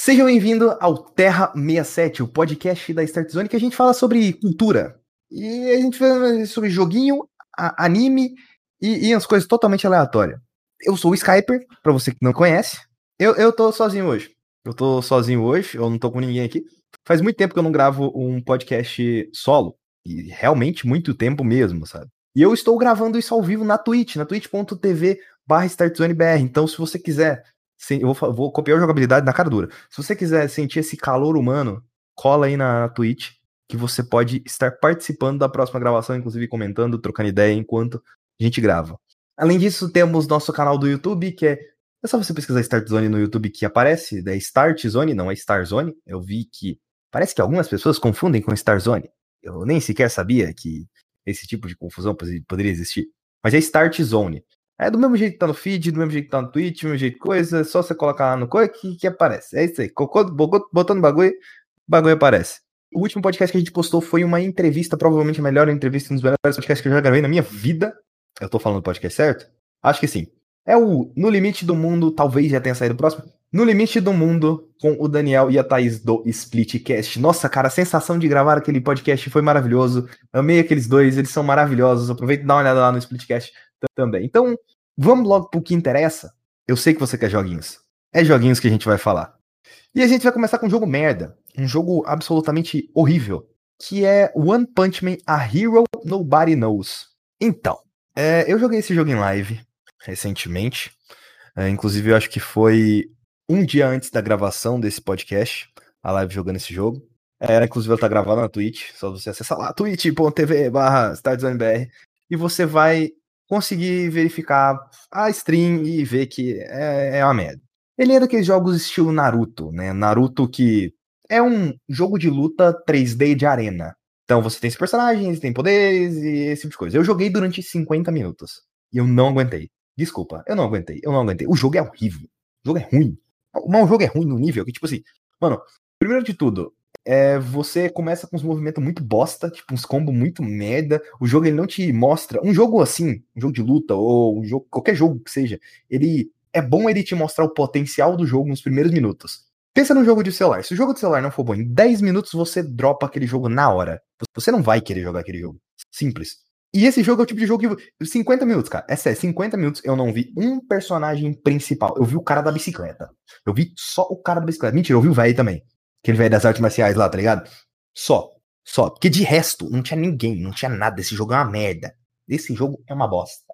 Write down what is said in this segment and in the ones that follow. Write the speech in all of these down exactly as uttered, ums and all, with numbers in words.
Seja bem-vindo ao Terra sessenta e sete, o podcast da Start Zone que a gente fala sobre cultura. E a gente fala sobre joguinho, a- anime e, e umas coisas totalmente aleatórias. Eu sou o Skyper, pra você que não conhece. Eu, eu tô sozinho hoje. Eu tô sozinho hoje, eu não tô com ninguém aqui. Faz muito tempo que eu não gravo um podcast solo. E realmente muito tempo mesmo, sabe? E eu estou gravando isso ao vivo na Twitch, na twitch.tv barra StartZoneBR. Então, se você quiser... Sim, eu vou, fa- vou copiar a jogabilidade na cara dura. Se você quiser sentir esse calor humano, cola aí na, na Twitch, que você pode estar participando da próxima gravação, inclusive comentando, trocando ideia enquanto a gente grava. Além disso, temos nosso canal do YouTube, que é. É só você pesquisar Start Zone no YouTube que aparece, é Start Zone, não é Star Zone. Eu vi que parece que algumas pessoas confundem com Star Zone. Eu nem sequer sabia que esse tipo de confusão pos- poderia existir. Mas é Start Zone. É do mesmo jeito que tá no feed, do mesmo jeito que tá no Twitch, do mesmo jeito que coisa, é só você colocar lá no coisa que, que aparece. É isso aí. Cocô, bocô, botando bagulho, bagulho aparece. O último podcast que a gente postou foi uma entrevista, provavelmente a melhor entrevista, um dos melhores podcasts que eu já gravei na minha vida. Eu tô falando do podcast certo? Acho que sim. É o No Limite do Mundo, talvez já tenha saído o próximo. No Limite do Mundo, com o Daniel e a Thaís do Splitcast. Nossa, cara, a sensação de gravar aquele podcast foi maravilhoso. Amei aqueles dois, eles são maravilhosos. Aproveita e dá uma olhada lá no Splitcast também. Então, vamos logo pro que interessa. Eu sei que você quer joguinhos. É joguinhos que a gente vai falar. E a gente vai começar com um jogo merda. Um jogo absolutamente horrível. Que é One Punch Man, A Hero Nobody Knows. Então, é, eu joguei esse jogo em live recentemente. É, inclusive, eu acho que foi um dia antes da gravação desse podcast. A live jogando esse jogo. É, inclusive, ela tá gravada na Twitch. Só você acessar lá, twitch.tv barra StartZoneBR. E você vai conseguir verificar a stream e ver que é, é uma merda. Ele é daqueles jogos estilo Naruto, né? Naruto que é um jogo de luta três D de arena. Então você tem esses personagens, tem poderes e esse tipo de coisa. Eu joguei durante cinquenta minutos e eu não aguentei. Desculpa, eu não aguentei, eu não aguentei. O jogo é horrível. O jogo é ruim. Mas o jogo é ruim no nível que, tipo assim, mano, primeiro de tudo, é, você começa com uns movimentos muito bosta, tipo uns combos muito merda. O jogo ele não te mostra. Um jogo assim, um jogo de luta, ou um jogo, qualquer jogo que seja, ele é bom ele te mostrar o potencial do jogo nos primeiros minutos. Pensa num jogo de celular. Se o jogo de celular não for bom, em dez minutos você dropa aquele jogo na hora. Você não vai querer jogar aquele jogo. Simples. E esse jogo é o tipo de jogo que. cinquenta minutos, cara. É sério, cinquenta minutos eu não vi um personagem principal. Eu vi o cara da bicicleta. Eu vi só o cara da bicicleta. Mentira, eu vi o velho também. Aquele velho das artes marciais lá, tá ligado? Só. Só. Porque de resto, não tinha ninguém, não tinha nada. Esse jogo é uma merda. Esse jogo é uma bosta.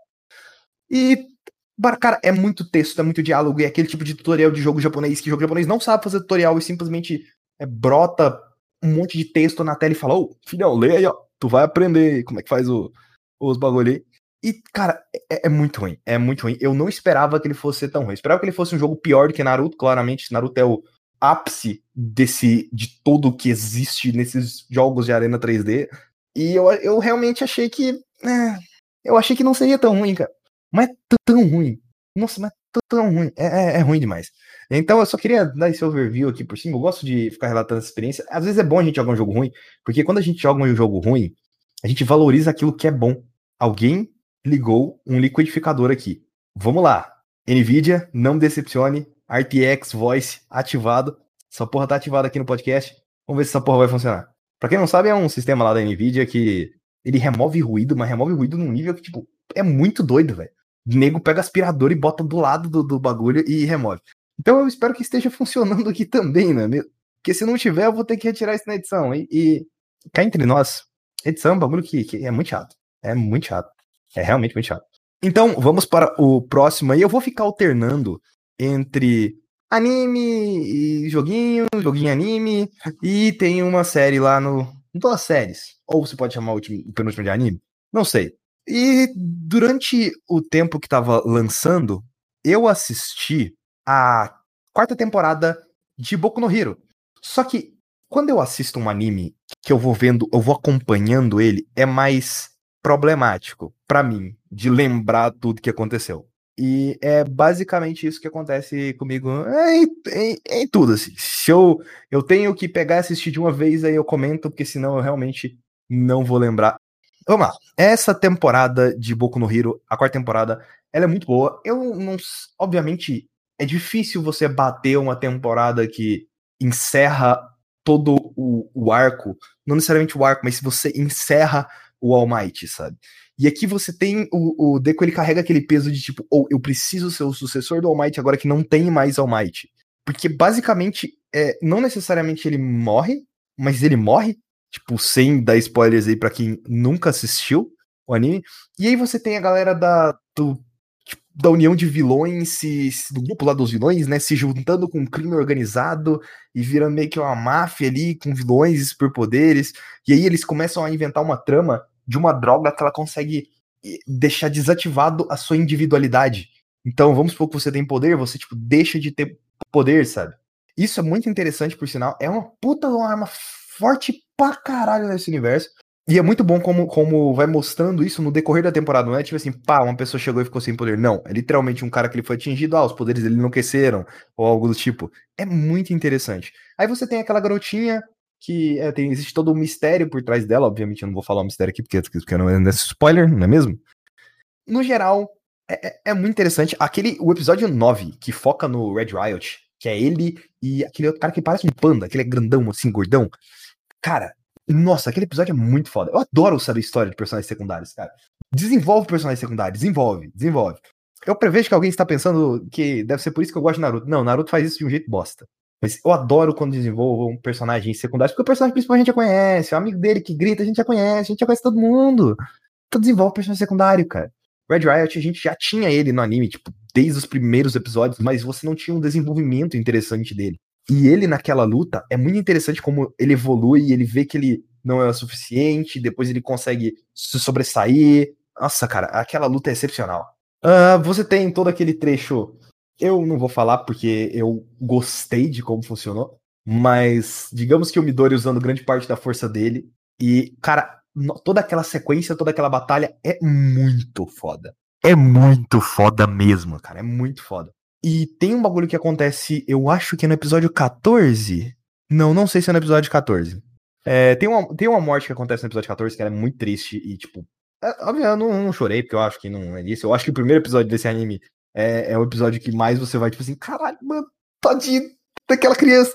E, cara, é muito texto, é muito diálogo. E é aquele tipo de tutorial de jogo japonês que o jogo japonês não sabe fazer tutorial e simplesmente é, brota um monte de texto na tela e fala: Ô, filhão, lê aí, ó. Tu vai aprender como é que faz o, os bagulho aí. E, cara, é, é muito ruim. É muito ruim. Eu não esperava que ele fosse ser tão ruim. Eu esperava que ele fosse um jogo pior do que Naruto. Claramente, Naruto é o ápice desse, de tudo que existe nesses jogos de arena três D. E eu, eu realmente achei que. É, eu achei que não seria tão ruim, cara. Mas é tão ruim. Nossa, mas é tão ruim. É, é, é ruim demais. Então eu só queria dar esse overview aqui por cima. Eu gosto de ficar relatando essa experiência. Às vezes é bom a gente jogar um jogo ruim, porque quando a gente joga um jogo ruim, a gente valoriza aquilo que é bom. Alguém ligou um liquidificador aqui. Vamos lá. NVIDIA, não me decepcione. R T X Voice ativado. Essa porra tá ativada aqui no podcast. Vamos ver se essa porra vai funcionar. Pra quem não sabe, é um sistema lá da NVIDIA que ele remove ruído, mas remove ruído num nível que, tipo, é muito doido, velho. O nego pega aspirador e bota do lado do, do bagulho e remove. Então eu espero que esteja funcionando aqui também, né? Porque se não tiver, eu vou ter que retirar isso na edição. E, e cá entre nós, edição é um bagulho que, que é muito chato. É muito chato. É realmente muito chato. Então, vamos para o próximo aí. Eu vou ficar alternando entre anime e joguinho, joguinho anime, e tem uma série lá no. Duas séries. Ou você pode chamar o, último, o penúltimo de anime. Não sei. E durante o tempo que tava lançando, eu assisti a quarta temporada de Boku no Hero. Só que quando eu assisto um anime que eu vou vendo, eu vou acompanhando ele, é mais problemático pra mim de lembrar tudo que aconteceu. E é basicamente isso que acontece comigo em, em, em tudo, assim. Se eu, eu tenho que pegar e assistir de uma vez, aí eu comento, porque senão eu realmente não vou lembrar. Vamos lá. Essa temporada de Boku no Hero, a quarta temporada, ela é muito boa. Eu não... Obviamente, é difícil você bater uma temporada que encerra todo o, o arco, não necessariamente o arco, mas se você encerra o All Might, sabe? E aqui você tem o, o Deku, ele carrega aquele peso de tipo, ou oh, eu preciso ser o sucessor do All Might agora que não tem mais All Might. Porque basicamente, é, não necessariamente ele morre, mas ele morre, tipo, sem dar spoilers aí pra quem nunca assistiu o anime. E aí você tem a galera da, do, tipo, da união de vilões, se, se, do grupo lá dos vilões, né, se juntando com um crime organizado e vira meio que uma máfia ali com vilões e superpoderes. E aí eles começam a inventar uma trama de uma droga que ela consegue deixar desativado a sua individualidade. Então, vamos supor que você tem poder, você, tipo, deixa de ter poder, sabe? Isso é muito interessante, por sinal. É uma puta uma arma forte pra caralho nesse universo. E é muito bom como, como vai mostrando isso no decorrer da temporada. Não é tipo assim, pá, uma pessoa chegou e ficou sem poder. Não, é literalmente um cara que ele foi atingido, ah, os poderes dele enlouqueceram, ou algo do tipo. É muito interessante. Aí você tem aquela garotinha que é, tem, existe todo um mistério por trás dela. Obviamente eu não vou falar o mistério aqui, porque, porque não é spoiler, não é mesmo? No geral, é, é, é muito interessante. Aquele, o episódio nove, que foca no Red Riot, que é ele e aquele outro cara que parece um panda, aquele grandão, assim, gordão. Cara, nossa, aquele episódio é muito foda. Eu adoro saber história de personagens secundários, cara. Desenvolve personagens secundários, desenvolve, desenvolve. Eu prevejo que alguém está pensando que deve ser por isso que eu gosto de Naruto. Não, Naruto faz isso de um jeito bosta. Mas eu adoro quando desenvolvam personagens secundários, porque o personagem principal a gente já conhece, o amigo dele que grita a gente já conhece, a gente já conhece todo mundo. Então desenvolve personagem secundário, cara. Red Riot, a gente já tinha ele no anime, tipo, desde os primeiros episódios, mas você não tinha um desenvolvimento interessante dele. E ele, naquela luta, é muito interessante como ele evolui e ele vê que ele não é o suficiente, depois ele consegue se sobressair. Nossa, cara, aquela luta é excepcional. Uh, você tem todo aquele trecho, eu não vou falar porque eu gostei de como funcionou, mas digamos que o Midori usando grande parte da força dele, e, cara, toda aquela sequência, toda aquela batalha é muito foda. É muito foda mesmo, cara, é muito foda. E tem um bagulho que acontece, eu acho que é no episódio quatorze. Não, não sei se é no episódio quatorze. É, tem, uma, tem uma morte que acontece no episódio quatorze que ela é muito triste e, tipo, é, óbvio, eu não, não chorei, porque eu acho que não é isso. Eu acho que o primeiro episódio desse anime é, é o episódio que mais você vai, tipo assim, caralho, mano, tadinho daquela criança.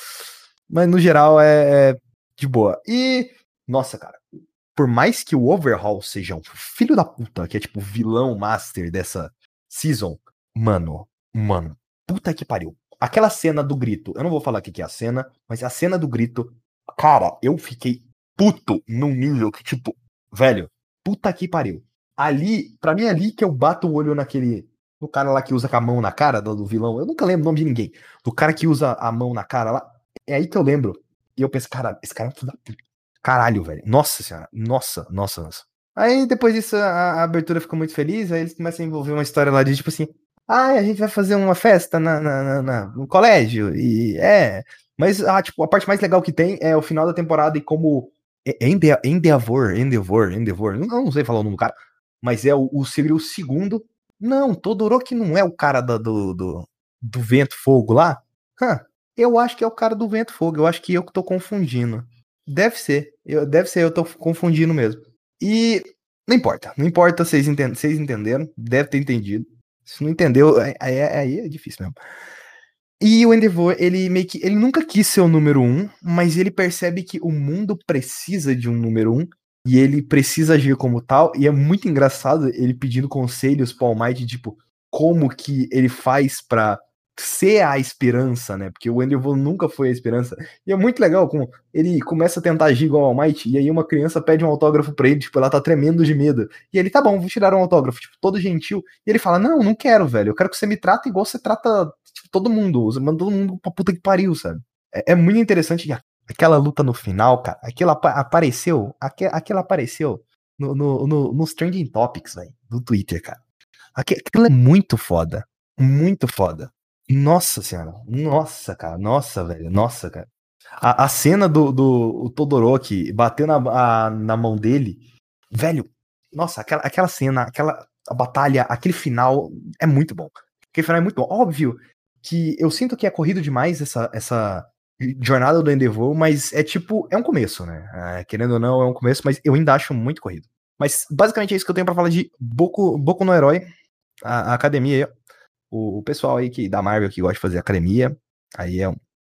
Mas no geral é, é de boa. E, nossa, cara, por mais que o Overhaul seja um filho da puta, que é tipo o vilão master dessa season, mano, mano, puta que pariu. Aquela cena do grito, eu não vou falar o que é a cena, mas a cena do grito, cara, eu fiquei puto num nível que, tipo, velho, puta que pariu. Ali, pra mim é ali que eu bato o olho naquele, no cara lá que usa com a mão na cara do, do vilão, eu nunca lembro o nome de ninguém, do cara que usa a mão na cara lá, é aí que eu lembro. E eu penso, cara, esse cara é um filho da puta. Caralho, velho. Nossa senhora. Nossa, nossa, nossa. Aí depois disso a, a abertura fica muito feliz, aí eles começam a envolver uma história lá de tipo assim, ah, a gente vai fazer uma festa na, na, na, na no colégio, e é. Mas ah, tipo, a parte mais legal que tem é o final da temporada e como. É Ende, Endeavor, Endeavor, Endeavor, não, não sei falar o nome do cara, mas é o, o seria o segundo. Não, Todoroki não é o cara da, do, do, do Vento Fogo lá? Huh, eu acho que é o cara do Vento Fogo, eu acho que eu que tô confundindo. Deve ser, eu, deve ser, eu tô confundindo mesmo. E não importa, não importa, vocês entend, vocês entenderam, deve ter entendido. Se não entendeu, aí é, aí é difícil mesmo. E o Endeavor, ele meio que, ele nunca quis ser o número um, mas ele percebe que o mundo precisa de um número um, e ele precisa agir como tal, e é muito engraçado ele pedindo conselhos pro All Might, tipo, como que ele faz pra ser a esperança, né? Porque o Endeavor nunca foi a esperança. E é muito legal como ele começa a tentar agir igual ao All Might, e aí uma criança pede um autógrafo pra ele, tipo, ela tá tremendo de medo. E ele, tá bom, vou tirar um autógrafo, tipo, todo gentil. E ele fala, não, não quero, velho, eu quero que você me trate igual você trata, tipo, todo mundo. Você manda todo mundo pra puta que pariu, sabe? É, é muito interessante. Aquela luta no final, cara, aquilo apa apareceu, aqu aquilo apareceu no, no, no, nos Trending Topics, velho, do Twitter, cara. Aquilo é muito foda, muito foda. Nossa senhora, nossa, cara, nossa, velho, nossa, cara. A, a cena do, do o Todoroki batendo a, a, na mão dele, velho, nossa, aquela, aquela cena, aquela a batalha, aquele final é muito bom. Aquele final é muito bom. Óbvio que eu sinto que é corrido demais essa, essa jornada do Endeavor, mas é tipo, é um começo, né? É, querendo ou não, é um começo, mas eu ainda acho muito corrido. Mas basicamente é isso que eu tenho pra falar de Boku, Boku no Herói, a, a academia aí, ó. O, o pessoal aí que, da Marvel que gosta de fazer academia, aí é um,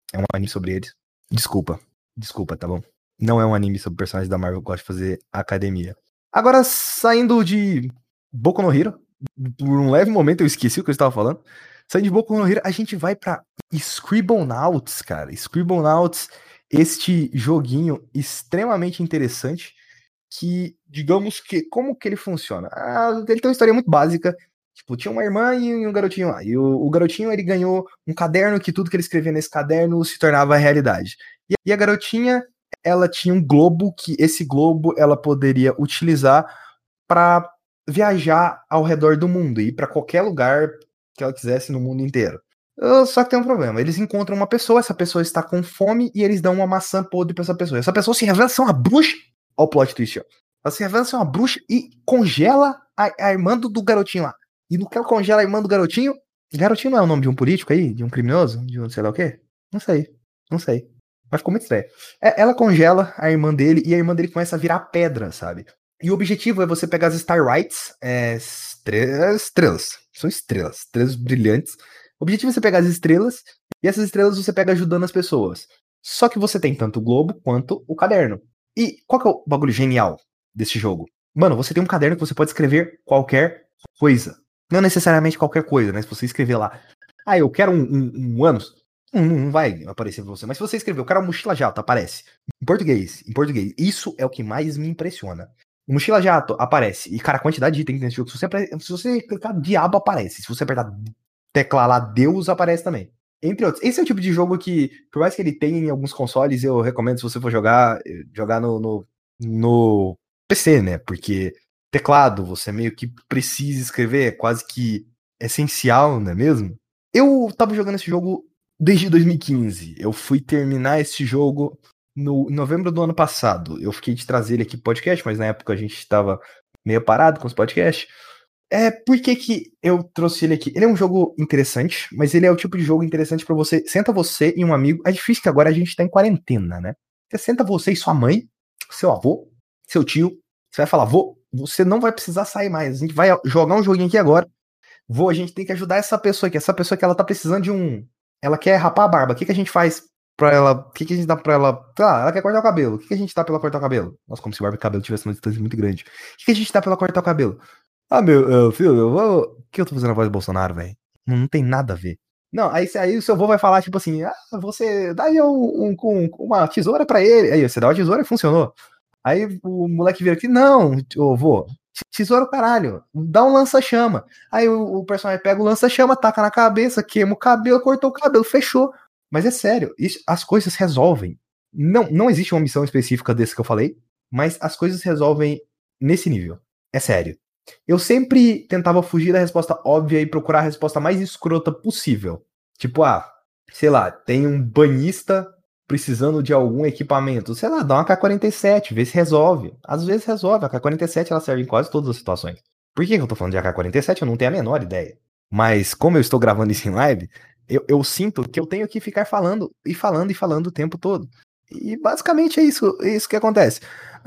É um anime sobre eles. Desculpa. Desculpa, tá bom? Não é um anime sobre personagens da Marvel que gosta de fazer academia. Agora, saindo de Boku no Hero, por um leve momento eu esqueci o que eu estava falando. Saindo de Boku no Hero, a gente vai pra Scribblenauts, cara. Scribblenauts, este joguinho extremamente interessante que, digamos que, como que ele funciona? Ah, ele tem uma história muito básica. Tipo, tinha uma irmã e um garotinho lá. E o, o garotinho, ele ganhou um caderno que tudo que ele escrevia nesse caderno se tornava realidade. E, e a garotinha, ela tinha um globo que esse globo ela poderia utilizar para viajar ao redor do mundo, ir para qualquer lugar que ela quisesse no mundo inteiro. Uh, Só que tem um problema. Eles encontram uma pessoa, essa pessoa está com fome e eles dão uma maçã podre para essa pessoa. Essa pessoa se revela ser uma bruxa. Olha o plot twist, ó. Ela se revela ser uma bruxa e congela a, a irmã do, do garotinho lá. E no que ela congela a irmã do garotinho, garotinho não é o nome de um político aí? De um criminoso? De um sei lá o quê? Não sei. Não sei. Mas ficou muito estranho. É, ela congela a irmã dele e a irmã dele começa a virar pedra, sabe? E o objetivo é você pegar as Starlights, é, estrelas, estrelas, são estrelas, estrelas brilhantes. O objetivo é você pegar as estrelas, e essas estrelas você pega ajudando as pessoas. Só que você tem tanto o globo quanto o caderno. E qual que é o bagulho genial desse jogo? Mano, você tem um caderno que você pode escrever qualquer coisa. Não necessariamente qualquer coisa, né? Se você escrever lá, ah, eu quero um, um, um ânus, não, não vai aparecer pra você. Mas se você escrever, eu quero uma mochila jato, aparece. Em português, em português. Isso é o que mais me impressiona. Mochila jato aparece. E, cara, a quantidade de itens nesse jogo, se você, se você clicar diabo, aparece. Se você apertar tecla lá Deus, aparece também. Entre outros. Esse é o tipo de jogo que, por mais que ele tenha em alguns consoles, eu recomendo, se você for jogar, jogar no, no, no P C, né? Porque teclado, você meio que precisa escrever, é quase que essencial, não é mesmo? Eu tava jogando esse jogo desde dois mil e quinze. Eu fui terminar esse jogo no em novembro do ano passado. Eu fiquei de trazer ele aqui pro podcast, mas na época a gente tava meio parado com os podcasts. É, por que que eu trouxe ele aqui? Ele é um jogo interessante, mas ele é o tipo de jogo interessante pra você. Senta você e um amigo. É difícil que agora a gente tá em quarentena, né? Você senta você e sua mãe, seu avô, seu tio. Você vai falar, vô, você não vai precisar sair mais. A gente vai jogar um joguinho aqui agora. Vô, a gente tem que ajudar essa pessoa aqui. Essa pessoa que ela tá precisando de um. Ela quer rapar a barba. O que, que a gente faz pra ela? O que, que a gente dá pra ela? Ah, ela quer cortar o cabelo. O que, que a gente dá pra ela cortar o cabelo? Nossa, como se barba e cabelo tivesse uma distância muito grande. O que, que a gente dá pra ela cortar o cabelo? Ah, meu uh, filho, eu vou. O que eu tô fazendo a voz do Bolsonaro, velho? Não, não tem nada a ver. Não, aí, aí o seu avô vai falar, tipo assim, ah, você dá aí um, um, um, uma tesoura pra ele. Aí você dá uma tesoura e funcionou. Aí o moleque vira aqui, não, ô vô, tesoura o caralho, dá um lança-chama. Aí o, o personagem pega o lança-chama, taca na cabeça, queima o cabelo, cortou o cabelo, fechou. Mas é sério, isso, as coisas resolvem. Não, não existe uma missão específica desse que eu falei, mas as coisas resolvem nesse nível. É sério. Eu sempre tentava fugir da resposta óbvia e procurar a resposta mais escrota possível. Tipo, ah, sei lá, tem um banhista precisando de algum equipamento. Sei lá, dá uma K quarenta e sete, vê se resolve. Às vezes resolve. A K quarenta e sete ela serve em quase todas as situações. Por que eu tô falando de A K quarenta e sete? Eu não tenho a menor ideia. Mas como eu estou gravando isso em live, eu, eu sinto que eu tenho que ficar falando e falando e falando o tempo todo. E basicamente é isso, é isso que acontece.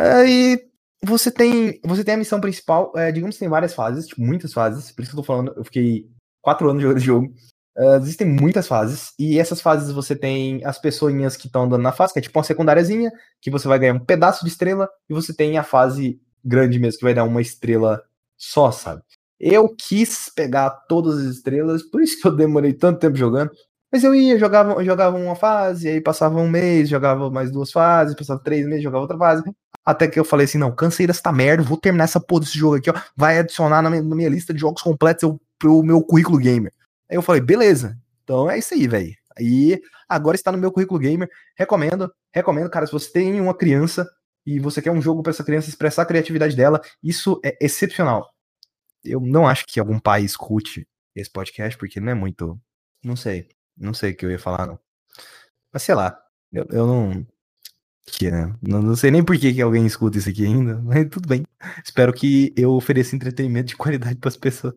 Aí você tem, você tem a missão principal, é, digamos que tem várias fases, tipo, muitas fases, por isso que eu tô falando, eu fiquei quatro anos jogando esse jogo. Uh, existem muitas fases, e essas fases você tem as pessoinhas que estão andando na fase, que é tipo uma secundáriazinha, que você vai ganhar um pedaço de estrela, e você tem a fase grande mesmo, que vai dar uma estrela só, sabe? Eu quis pegar todas as estrelas, por isso que eu demorei tanto tempo jogando, mas eu ia, jogava, jogava uma fase, aí passava um mês, jogava mais duas fases, passava três meses, jogava outra fase, até que eu falei assim, não, cansei dessa merda, vou terminar essa porra desse jogo aqui, ó, vai adicionar na minha, na minha lista de jogos completos eu, pro meu currículo gamer. Aí eu falei, beleza, então é isso aí, velho. Aí agora está no meu currículo gamer. Recomendo, recomendo, cara, se você tem uma criança e você quer um jogo para essa criança expressar a criatividade dela, isso é excepcional. Eu não acho que algum pai escute esse podcast, porque não é muito. Não sei. Não sei o que eu ia falar, não. Mas sei lá. Eu, eu não. Que, né? não. Não sei nem por que, que alguém escuta isso aqui ainda, mas tudo bem. Espero que eu ofereça entretenimento de qualidade para as pessoas.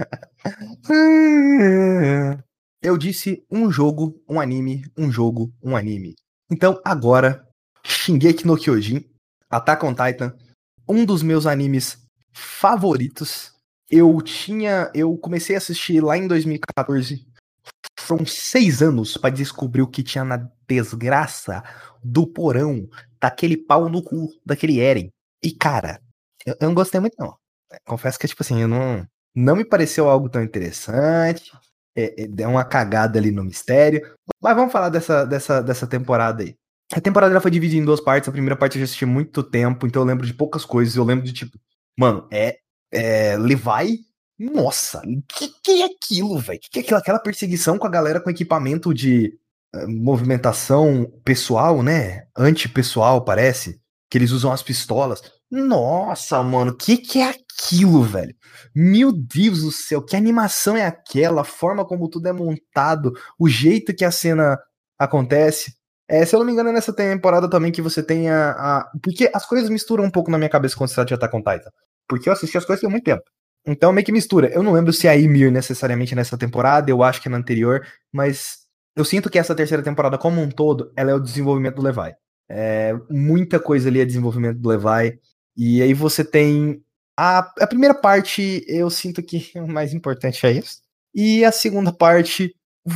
Eu disse um jogo, um anime, um jogo, um anime. Então agora, Shingeki no Kyojin, Attack on Titan, um dos meus animes favoritos. Eu tinha, eu comecei a assistir lá em dois mil e quatorze. foram seis anos pra descobrir o que tinha na desgraça do porão daquele pau no cu daquele Eren. E, cara, eu, eu não gostei muito, não. Confesso que, tipo assim, eu não, não me pareceu algo tão interessante. É, é, deu uma cagada ali no mistério. Mas vamos falar dessa, dessa, dessa temporada aí. A temporada ela foi dividida em duas partes. A primeira parte eu já assisti há muito tempo, então eu lembro de poucas coisas. Eu lembro de, tipo, mano, é, é Levi. Nossa, o que, que é aquilo, velho? Que, que é aquilo? Aquela perseguição com a galera com equipamento de uh, movimentação pessoal, né? Antipessoal, parece. Que eles usam as pistolas. Nossa, mano, que que é aquilo, velho? Meu Deus do céu, que animação é aquela? A forma como tudo é montado, o jeito que a cena acontece. É, se eu não me engano, é nessa temporada também que você tem a, a. Porque as coisas misturam um pouco na minha cabeça quando se trata de Attack on Titan. Porque eu assisti as coisas há muito tempo. Então meio que mistura. Eu não lembro se é a Ymir necessariamente nessa temporada, eu acho que é na anterior, mas eu sinto que essa terceira temporada como um todo, ela é o desenvolvimento do Levi. É, muita coisa ali é desenvolvimento do Levi. E aí você tem a, a primeira parte, eu sinto que o mais importante é isso. E a segunda parte,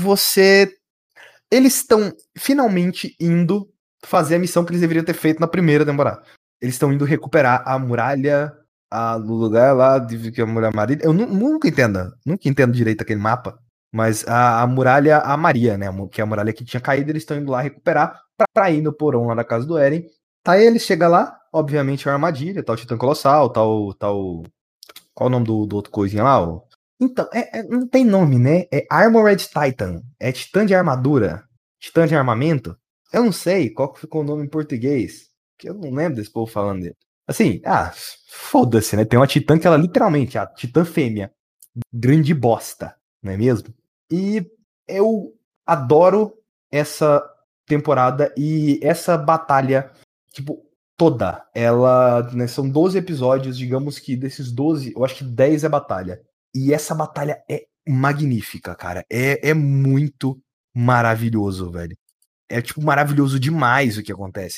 você eles estão finalmente indo fazer a missão que eles deveriam ter feito na primeira temporada. Eles estão indo recuperar a muralha a, do lugar lá de que a muralha Maria. Eu nu, nunca entendo, nunca entendo direito aquele mapa, mas a, a muralha a Maria, né, que é a muralha que tinha caído, eles estão indo lá recuperar pra, pra ir no porão lá da casa do Eren. Aí ele chega lá, obviamente é uma armadilha, tá o Titã Colossal, tá o, tá o qual o nome do, do outro coisinha lá? O... Então, é, é, não tem nome, né? É Armored Titan. É Titã de armadura. Titã de armamento. Eu não sei qual que ficou o nome em português. Que eu não lembro desse povo falando dele. Assim, ah, foda-se, né? Tem uma Titã que ela literalmente, a Titã fêmea. Grande bosta, não é mesmo? E eu adoro essa temporada e essa batalha, tipo, toda. Ela, né, são doze episódios, digamos que desses doze, eu acho que dez é batalha. E essa batalha é magnífica, cara. É, é muito maravilhoso, velho. É, tipo, maravilhoso demais o que acontece.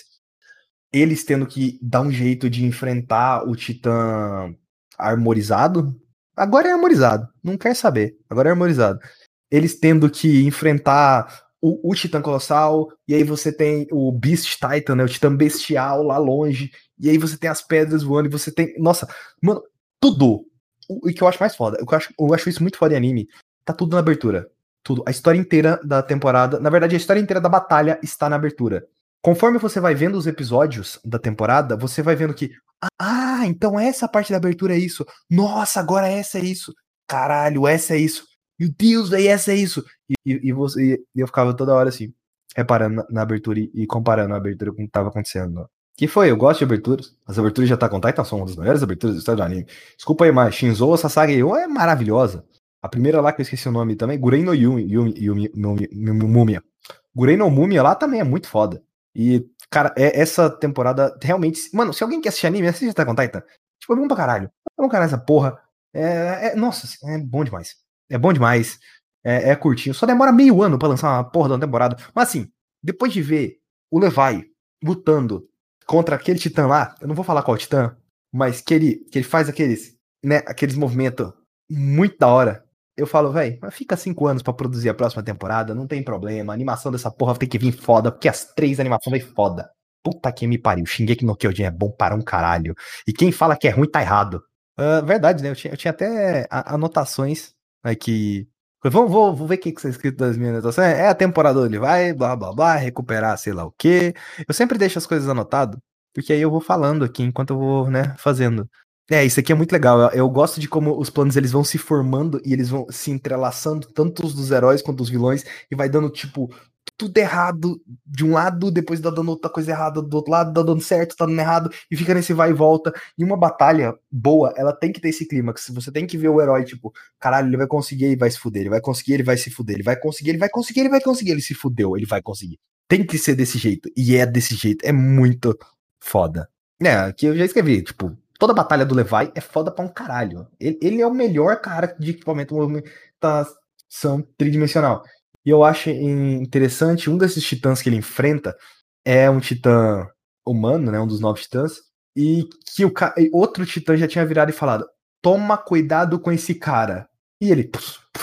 Eles tendo que dar um jeito de enfrentar o Titã armorizado. Agora é armorizado, não quer saber. Agora é armorizado. Eles tendo que enfrentar o, o Titã Colossal, e aí você tem o Beast Titan, né, o Titã Bestial lá longe, e aí você tem as pedras voando, e você tem. Nossa, mano, tudo. O, o que eu acho mais foda, eu acho, eu acho isso muito foda em anime, tá tudo na abertura. Tudo. A história inteira da temporada. Na verdade, a história inteira da batalha está na abertura. Conforme você vai vendo os episódios da temporada, você vai vendo que. Ah, então essa parte da abertura é isso. Nossa, agora essa é isso. Caralho, essa é isso. Meu Deus, aí essa é isso. E, e, e você, e eu ficava toda hora assim, reparando na, na abertura e, e comparando a abertura com o que estava acontecendo. Que foi, eu gosto de aberturas. As aberturas de Attack on Titan são uma das melhores aberturas da história do anime. Desculpa aí, mas Shinzo Sasage é maravilhosa. A primeira lá que eu esqueci o nome também, Gurei no Yumi, Yumi, Yumi, Yumi, Yumi Mumia. Gurei no Mumia lá também é muito foda. E, cara, é, essa temporada realmente. Mano, se alguém quer assistir anime, assiste Attack on Titan. Tipo, é bom pra caralho. É bom caralho essa porra. É, é, nossa, é bom demais. É bom demais. É, é curtinho. Só demora meio ano pra lançar uma porra da temporada. Mas assim, depois de ver o Levi lutando contra aquele titã lá, eu não vou falar qual titã, mas que ele, que ele faz aqueles, né, aqueles movimentos muito da hora. Eu falo, velho, fica cinco anos pra produzir a próxima temporada, não tem problema. A animação dessa porra tem que vir foda, porque as três animações vêm foda. Puta que me pariu. Shingeki no Kyojin é bom para um caralho. E quem fala que é ruim tá errado. Uh, verdade, né? Eu tinha, eu tinha até anotações aqui. Vamos, vou, vou ver o que está escrito das minhas anotações. É a temporada onde ele vai, blá blá blá, recuperar sei lá o quê. Eu sempre deixo as coisas anotadas, porque aí eu vou falando aqui enquanto eu vou, né, fazendo. É, isso aqui é muito legal. Eu, eu gosto de como os planos eles vão se formando e eles vão se entrelaçando, tanto os dos heróis quanto dos vilões, e vai dando, tipo, tudo errado de um lado, depois dá dando outra coisa errada do outro lado, dá dando certo, tá dando errado, e fica nesse vai e volta. E uma batalha boa, ela tem que ter esse clímax. Você tem que ver o herói, tipo, caralho, ele vai conseguir, ele vai se fuder, ele vai conseguir, ele vai se fuder, ele vai conseguir, ele vai conseguir, ele vai conseguir, ele se fudeu, ele vai conseguir. Tem que ser desse jeito, e é desse jeito, é muito foda. É, aqui eu já escrevi, tipo, toda a batalha do Levi é foda pra um caralho. Ele, ele é o melhor cara de equipamento de movimentação tridimensional. E eu acho interessante, um desses titãs que ele enfrenta é um titã humano, né, um dos nove titãs, e que o ca... outro titã já tinha virado e falado, toma cuidado com esse cara. E ele, puf, puf,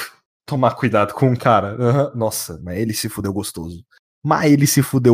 tomar cuidado com o cara. Uhum. Nossa, mas ele se fudeu gostoso. Mas ele se fudeu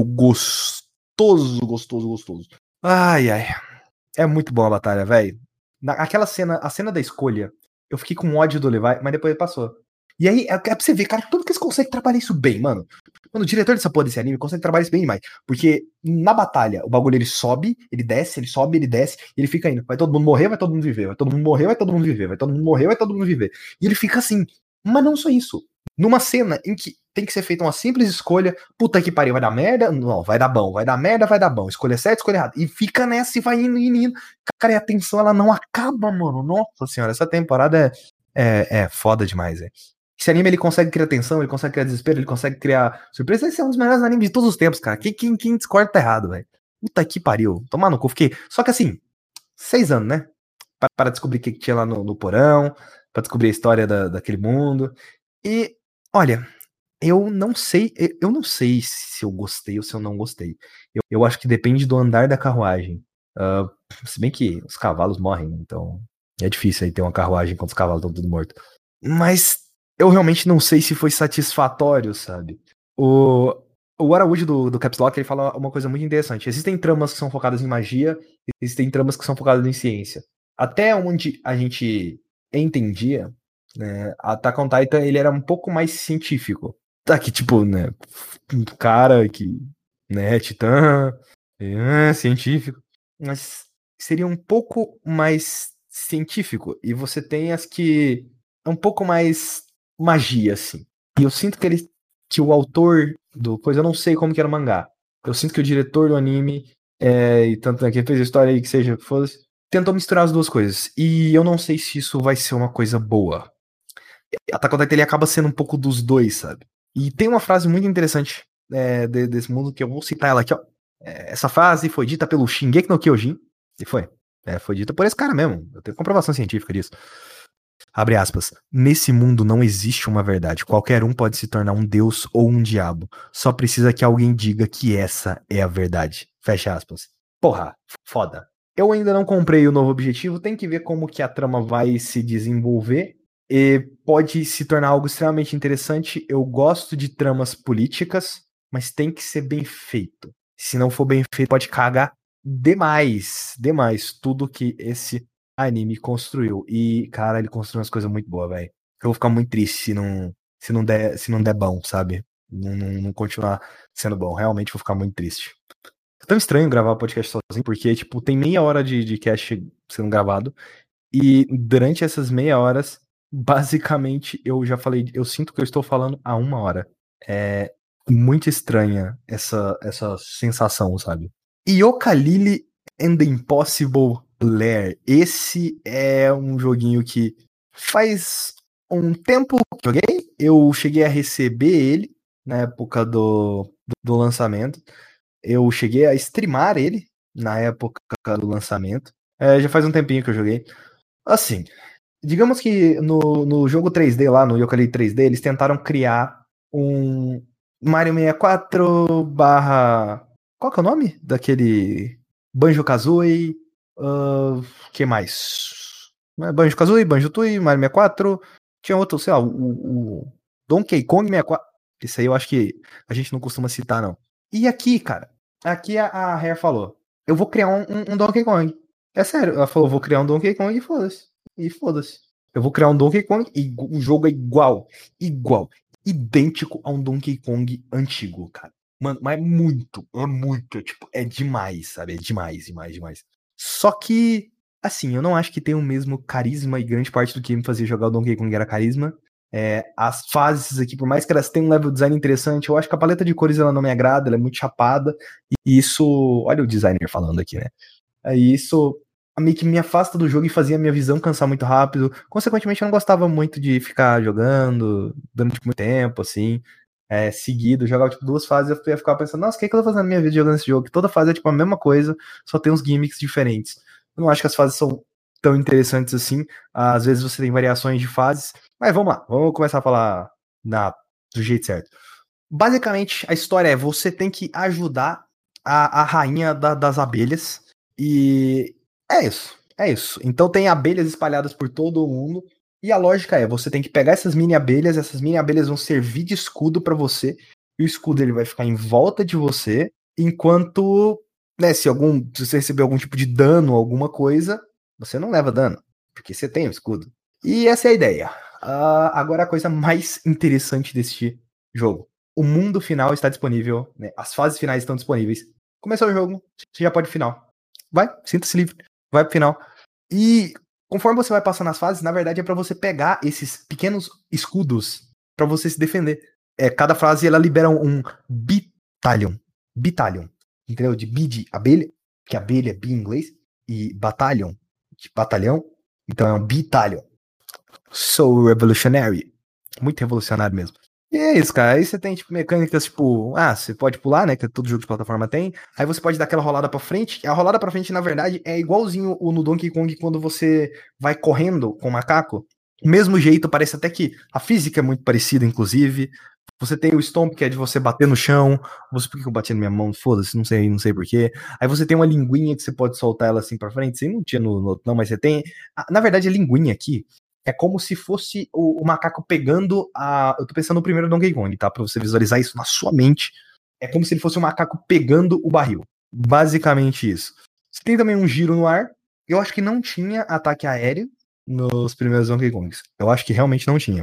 gostoso, gostoso, gostoso. Ai, ai. É muito boa a batalha, velho. Aquela cena, a cena da escolha, eu fiquei com ódio do Levi, mas depois ele passou. E aí, é pra você ver, cara, tudo que eles conseguem trabalhar isso bem, mano. Mano, o diretor dessa porra desse anime consegue trabalhar isso bem demais. Porque na batalha, o bagulho ele sobe, ele desce, ele sobe, ele desce, e ele fica indo. Vai todo mundo morrer, vai todo mundo viver. Vai todo mundo morrer, vai todo mundo viver. Vai todo mundo morrer, vai todo mundo viver. E ele fica assim. Mas não só isso. Numa cena em que tem que ser feita uma simples escolha, puta que pariu, vai dar merda? Não, vai dar bom, vai dar merda, vai dar bom. Escolha certa, escolha errada. E fica nessa e vai indo, indo, indo. Cara, e a tensão ela não acaba, mano. Nossa senhora, essa temporada é, é, é foda demais, é. Esse anime ele consegue criar tensão, ele consegue criar desespero, ele consegue criar surpresa. Esse é um dos melhores animes de todos os tempos, cara. Quem, quem, quem discorda tá errado, velho. Puta que pariu. Tomar no cu, fiquei. Só que assim, seis anos, né? Para, para descobrir o que, que tinha lá no, no porão, para descobrir a história da, daquele mundo. E, olha, eu não sei, eu não sei se eu gostei ou se eu não gostei. Eu, eu acho que depende do andar da carruagem. Uh, se bem que os cavalos morrem, então é difícil aí ter uma carruagem quando os cavalos estão tudo mortos. Mas eu realmente não sei se foi satisfatório, sabe? O, o Araújo do, do Caps Lock, ele fala uma coisa muito interessante. Existem tramas que são focadas em magia, existem tramas que são focadas em ciência. Até onde a gente entendia, né, Attack on Titan ele era um pouco mais científico. Tá que tipo, né, um cara que, né, titã, é, científico, mas seria um pouco mais científico e você tem as que é um pouco mais magia assim. E eu sinto que ele que o autor do coisa, eu não sei como que era o mangá. Eu sinto que o diretor do anime é, e tanto é que fez a história aí que seja, foda-se, tentou misturar as duas coisas. E eu não sei se isso vai ser uma coisa boa. Attack on Titan ele acaba sendo um pouco dos dois, sabe? E tem uma frase muito interessante é, de, desse mundo que eu vou citar ela aqui, ó. É, essa frase foi dita pelo Shingeki no Kyojin. E foi. É, foi dita por esse cara mesmo. Eu tenho comprovação científica disso. Abre aspas. Nesse mundo não existe uma verdade. Qualquer um pode se tornar um deus ou um diabo. Só precisa que alguém diga que essa é a verdade. Fecha aspas. Porra, foda. Eu ainda não comprei o novo objetivo. Tem que ver como que a trama vai se desenvolver. E pode se tornar algo extremamente interessante. Eu gosto de tramas políticas, mas tem que ser bem feito. Se não for bem feito, pode cagar demais, demais tudo que esse anime construiu. E, cara, ele construiu umas coisas muito boas, velho. Eu vou ficar muito triste se não, se não, der, se não der bom, sabe? Não, não, não continuar sendo bom. Realmente vou ficar muito triste. É tão estranho gravar o podcast sozinho, porque, tipo, tem meia hora de, de cast sendo gravado. E durante essas meia horas, basicamente, eu já falei, eu sinto que eu estou falando há uma hora. É muito estranha essa, essa sensação, sabe? Yooka-Laylee and the Impossible Lair. Esse é um joguinho que faz um tempo que eu joguei. Eu cheguei a receber ele na época do, do, do lançamento. Eu cheguei a streamar ele na época do lançamento. É, já faz um tempinho que eu joguei. Assim, digamos que no, no jogo três D lá, no Yooka-Laylee três D, eles tentaram criar um Mario sessenta e quatro barra... Qual que é o nome daquele Banjo-Kazooie? Uh, que mais? Banjo-Kazooie, Banjo-Tooie, Mario sessenta e quatro. Tinha outro, sei lá, o, o Donkey Kong sessenta e quatro. Esse aí eu acho que a gente não costuma citar, não. E aqui, cara, aqui a, a Rare falou, eu vou criar um, um, um Donkey Kong. É sério, ela falou, vou criar um Donkey Kong e foda-se. E foda-se. Eu vou criar um Donkey Kong e o jogo é igual, igual, idêntico a um Donkey Kong antigo, cara. Mano, mas é muito, é muito, tipo, é demais, sabe? É demais, demais, demais. Só que, assim, eu não acho que tem o mesmo carisma e grande parte do que me fazia jogar o Donkey Kong era carisma. É, as fases aqui, por mais que elas tenham um level design interessante, eu acho que a paleta de cores ela não me agrada, ela é muito chapada. E isso, olha o designer falando aqui, né? Aí isso meio que me afasta do jogo e fazia a minha visão cansar muito rápido. Consequentemente, eu não gostava muito de ficar jogando durante muito tempo, assim, é, seguido. Eu jogava tipo duas fases e eu ia ficar pensando, nossa, o que, é que eu tô fazendo na minha vida jogando esse jogo? Que toda fase é tipo a mesma coisa, só tem uns gimmicks diferentes. Eu não acho que as fases são tão interessantes assim. Às vezes você tem variações de fases. Mas vamos lá, vamos começar a falar na, do jeito certo. Basicamente, a história é você tem que ajudar a, a rainha da, das abelhas. E é isso, é isso. Então tem abelhas espalhadas por todo o mundo. E a lógica é, você tem que pegar essas mini abelhas, essas mini abelhas vão servir de escudo pra você, e o escudo ele vai ficar em volta de você, enquanto, né, se, algum, se você receber algum tipo de dano, alguma coisa, você não leva dano, porque você tem o escudo. E essa é a ideia. Uh, agora a coisa mais interessante deste jogo. O mundo final está disponível, né, as fases finais estão disponíveis. Começou o jogo, você já pode ir pro final. Vai, sinta-se livre, vai pro final. E conforme você vai passando as fases, na verdade é pra você pegar esses pequenos escudos pra você se defender. É, cada fase ela libera um, um battalion. Battalion. Entendeu? De bi de abelha, que abelha é bi em inglês, e battalion, de batalhão. Então é um battalion. So revolutionary. Muito revolucionário mesmo. E é isso, cara. Aí você tem, tipo, mecânicas, tipo, ah, você pode pular, né, que todo jogo de plataforma tem. Aí você pode dar aquela rolada pra frente. A rolada pra frente, na verdade, é igualzinho o no Donkey Kong quando você vai correndo com o macaco. O mesmo jeito, parece até que a física é muito parecida, inclusive. Você tem o Stomp, que é de você bater no chão. Você, por que eu bati na minha mão? Foda-se, não sei, não sei porquê. Aí você tem uma linguinha que você pode soltar ela assim pra frente. Você não tinha no, no não, mas você tem. Na verdade, a linguinha aqui é como se fosse o, o macaco pegando a... Eu tô pensando no primeiro Donkey Kong, tá? Pra você visualizar isso na sua mente. É como se ele fosse o macaco pegando o barril. Basicamente isso. Você tem também um giro no ar. Eu acho que não tinha ataque aéreo nos primeiros Donkey Kongs. Eu acho que realmente não tinha.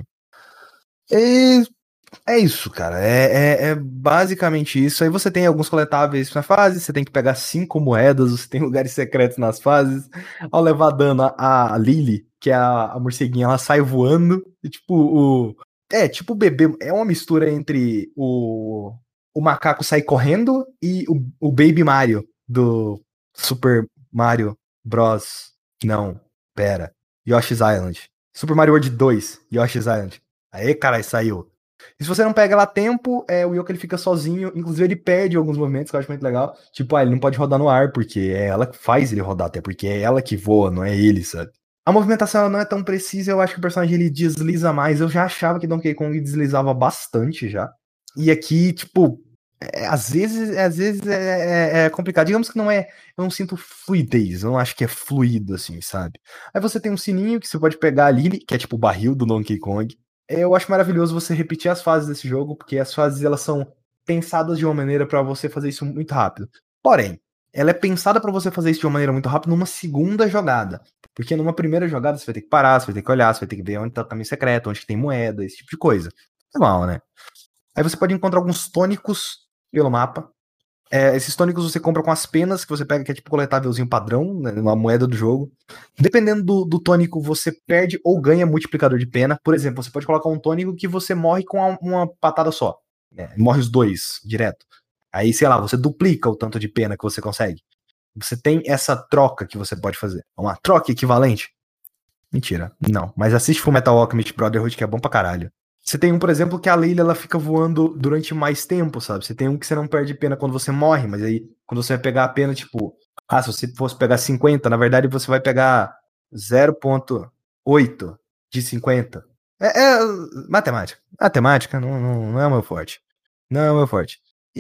E é isso, cara. É, é, é basicamente isso. Aí você tem alguns coletáveis na fase. Você tem que pegar cinco moedas. Você tem lugares secretos nas fases. Ao levar dano, a, a Lily, que é a, a morceguinha, ela sai voando. E tipo, o. É, tipo o bebê. É uma mistura entre o. O macaco sair correndo e o, o Baby Mario do Super Mario Bros. Não, pera. Yoshi's Island. Super Mario World dois, Yoshi's Island. Aê, caralho, saiu. E se você não pega ela a tempo, é, o Yoka ele fica sozinho. Inclusive, ele perde alguns movimentos que eu acho muito legal. Tipo, ah, ele não pode rodar no ar, porque é ela que faz ele rodar, até porque é ela que voa, não é ele, sabe? A movimentação ela não é tão precisa, eu acho que o personagem ele desliza mais. Eu já achava que Donkey Kong deslizava bastante já. E aqui, tipo, é, às vezes, às vezes é, é, é complicado. Digamos que não é. Eu não sinto fluidez, eu não acho que é fluido, assim, sabe? Aí você tem um sininho que você pode pegar ali, que é tipo o barril do Donkey Kong. Eu acho maravilhoso você repetir as fases desse jogo, porque as fases elas são pensadas de uma maneira para você fazer isso muito rápido. Porém, ela é pensada para você fazer isso de uma maneira muito rápida numa segunda jogada. Porque numa primeira jogada você vai ter que parar, você vai ter que olhar, você vai ter que ver onde tá o caminho secreto, onde tem moeda, esse tipo de coisa. Normal, né? Aí você pode encontrar alguns tônicos pelo mapa. É, esses tônicos você compra com as penas que você pega, que é tipo coletávelzinho padrão, né, uma moeda do jogo. Dependendo do, do tônico, você perde ou ganha multiplicador de pena. Por exemplo, você pode colocar um tônico que você morre com uma, uma patada só. Né, morre os dois, direto. Aí, sei lá, você duplica o tanto de pena que você consegue. Você tem essa troca que você pode fazer. Uma troca equivalente. Mentira, não. Mas assiste Fullmetal Alchemist Brotherhood, que é bom pra caralho. Você tem um, por exemplo, que a Layla ela fica voando durante mais tempo, sabe? Você tem um que você não perde pena quando você morre, mas aí quando você vai pegar a pena, tipo, ah, se você fosse pegar cinquenta, na verdade você vai pegar zero ponto oito de cinquenta. É, é matemática. Matemática não, não, não é o meu forte. Não é o meu forte.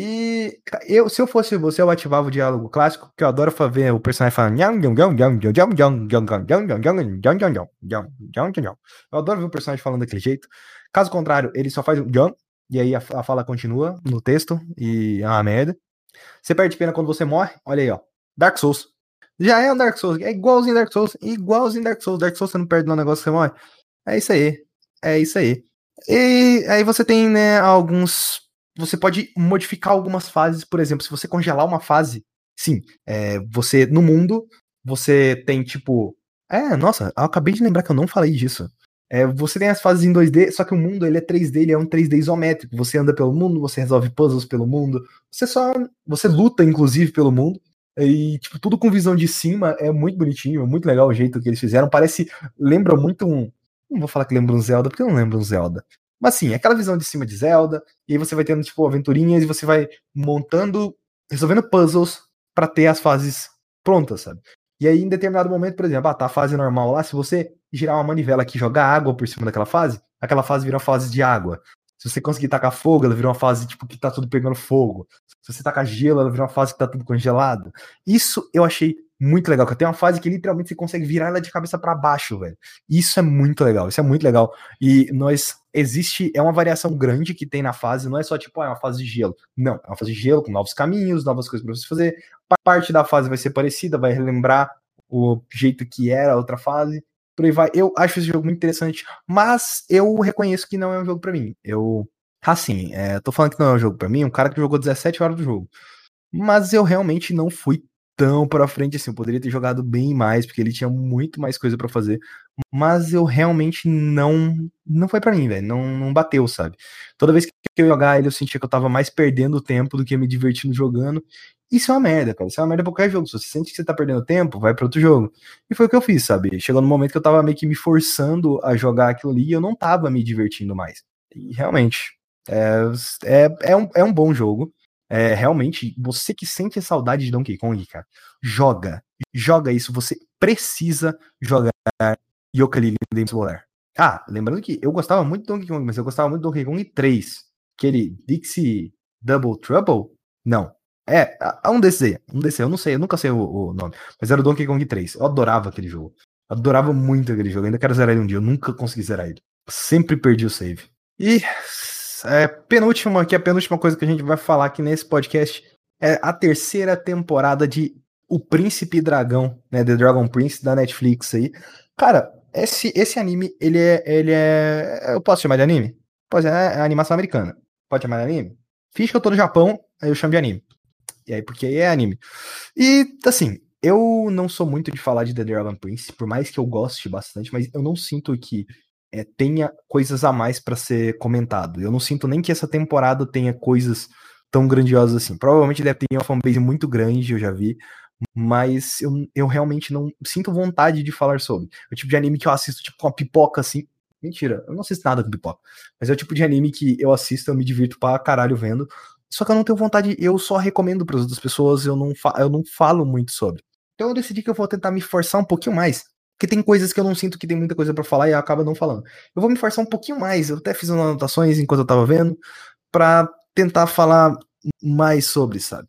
E eu, se eu fosse você, eu ativava o diálogo clássico, porque eu adoro ver o personagem falando. Eu adoro ver o personagem falando daquele jeito. Caso contrário, ele só faz um jump, e aí a, a fala continua no texto, e é uma merda. Você perde pena quando você morre, olha aí, ó. Dark Souls. Já é um Dark Souls, é igualzinho Dark Souls, igualzinho Dark Souls. Dark Souls você não perde no negócio que você morre. É isso aí, é isso aí. E aí você tem, né, alguns... Você pode modificar algumas fases, por exemplo, se você congelar uma fase, sim, é, você, no mundo, você tem, tipo... É, nossa, eu acabei de lembrar que eu não falei disso. É, você tem as fases em dois D, só que o mundo ele é três D, ele é um três D isométrico. Você anda pelo mundo, você resolve puzzles pelo mundo, você só. Você luta, inclusive, pelo mundo. E, tipo, tudo com visão de cima é muito bonitinho, é muito legal o jeito que eles fizeram. Parece. Lembra muito um. Não vou falar que lembra um Zelda, porque eu não lembro um Zelda. Mas sim, aquela visão de cima de Zelda, e aí você vai tendo, tipo, aventurinhas e você vai montando, resolvendo puzzles pra ter as fases prontas, sabe? E aí, em determinado momento, por exemplo, ah, tá a fase normal lá, se você girar uma manivela aqui e jogar água por cima daquela fase, aquela fase vira uma fase de água. Se você conseguir tacar fogo, ela vira uma fase tipo que tá tudo pegando fogo. Se você tacar gelo, ela vira uma fase que tá tudo congelado. Isso eu achei muito legal, que tem uma fase que literalmente você consegue virar ela de cabeça pra baixo, velho. Isso é muito legal, isso é muito legal. E nós, existe, é uma variação grande que tem na fase, não é só tipo, ah, é uma fase de gelo. Não, é uma fase de gelo com novos caminhos, novas coisas pra você fazer. Parte da fase vai ser parecida, vai relembrar o jeito que era a outra fase. Por aí vai. Eu acho esse jogo muito interessante, mas eu reconheço que não é um jogo pra mim. Eu, assim, é, tô falando que não é um jogo pra mim, um cara que jogou dezessete horas do jogo. Mas eu realmente não fui tão pra frente assim. Eu poderia ter jogado bem mais, porque ele tinha muito mais coisa pra fazer. Mas eu realmente não. Não foi pra mim, velho. Não, não bateu, sabe? Toda vez que eu ia jogar ele, eu sentia que eu tava mais perdendo tempo do que me divertindo jogando. Isso é uma merda, cara. Isso é uma merda pra qualquer jogo. Se você sente que você tá perdendo tempo, vai pra outro jogo. E foi o que eu fiz, sabe? Chegou no momento que eu tava meio que me forçando a jogar aquilo ali e eu não tava me divertindo mais. E realmente. É, é, é, um, é um bom jogo. É, realmente, você que sente saudade de Donkey Kong, cara, joga. Joga isso. Você precisa jogar Yooka-Laylee no Game Explorer. Ah, lembrando que eu gostava muito do Donkey Kong, mas eu gostava muito do Donkey Kong três. Aquele Dixie Double Trouble? Não. É, um desses aí. Um desses aí. Eu não sei, eu nunca sei o, o nome. Mas era o Donkey Kong três. Eu adorava aquele jogo. Eu adorava muito aquele jogo. Eu ainda quero zerar ele um dia. Eu nunca consegui zerar ele. Sempre perdi o save. E é, penúltima, que é a penúltima coisa que a gente vai falar aqui nesse podcast é a terceira temporada de O Príncipe Dragão, né, The Dragon Prince da Netflix aí. Cara, esse, esse anime, ele é, ele é, eu posso chamar de anime? Pois é, é animação americana. Pode chamar de anime? Fiz que eu tô no Japão, aí eu chamo de anime. E aí, porque aí é anime. E, assim, eu não sou muito de falar de The Dragon Prince, por mais que eu goste bastante, mas eu não sinto que é, tenha coisas a mais pra ser comentado. Eu não sinto nem que essa temporada tenha coisas tão grandiosas assim. Provavelmente deve ter uma fanbase muito grande, eu já vi, mas eu, eu realmente não sinto vontade de falar sobre. É o tipo de anime que eu assisto tipo com uma pipoca assim. Mentira, eu não assisto nada com pipoca. Mas é o tipo de anime que eu assisto, eu me divirto pra caralho vendo. Só que eu não tenho vontade, eu só recomendo para as outras pessoas, eu não, eu não falo muito sobre. Então eu decidi que eu vou tentar me forçar um pouquinho mais. Porque tem coisas que eu não sinto que tem muita coisa para falar e eu acabo não falando. Eu vou me forçar um pouquinho mais. Eu até fiz umas anotações enquanto eu tava vendo, pra tentar falar mais sobre, sabe?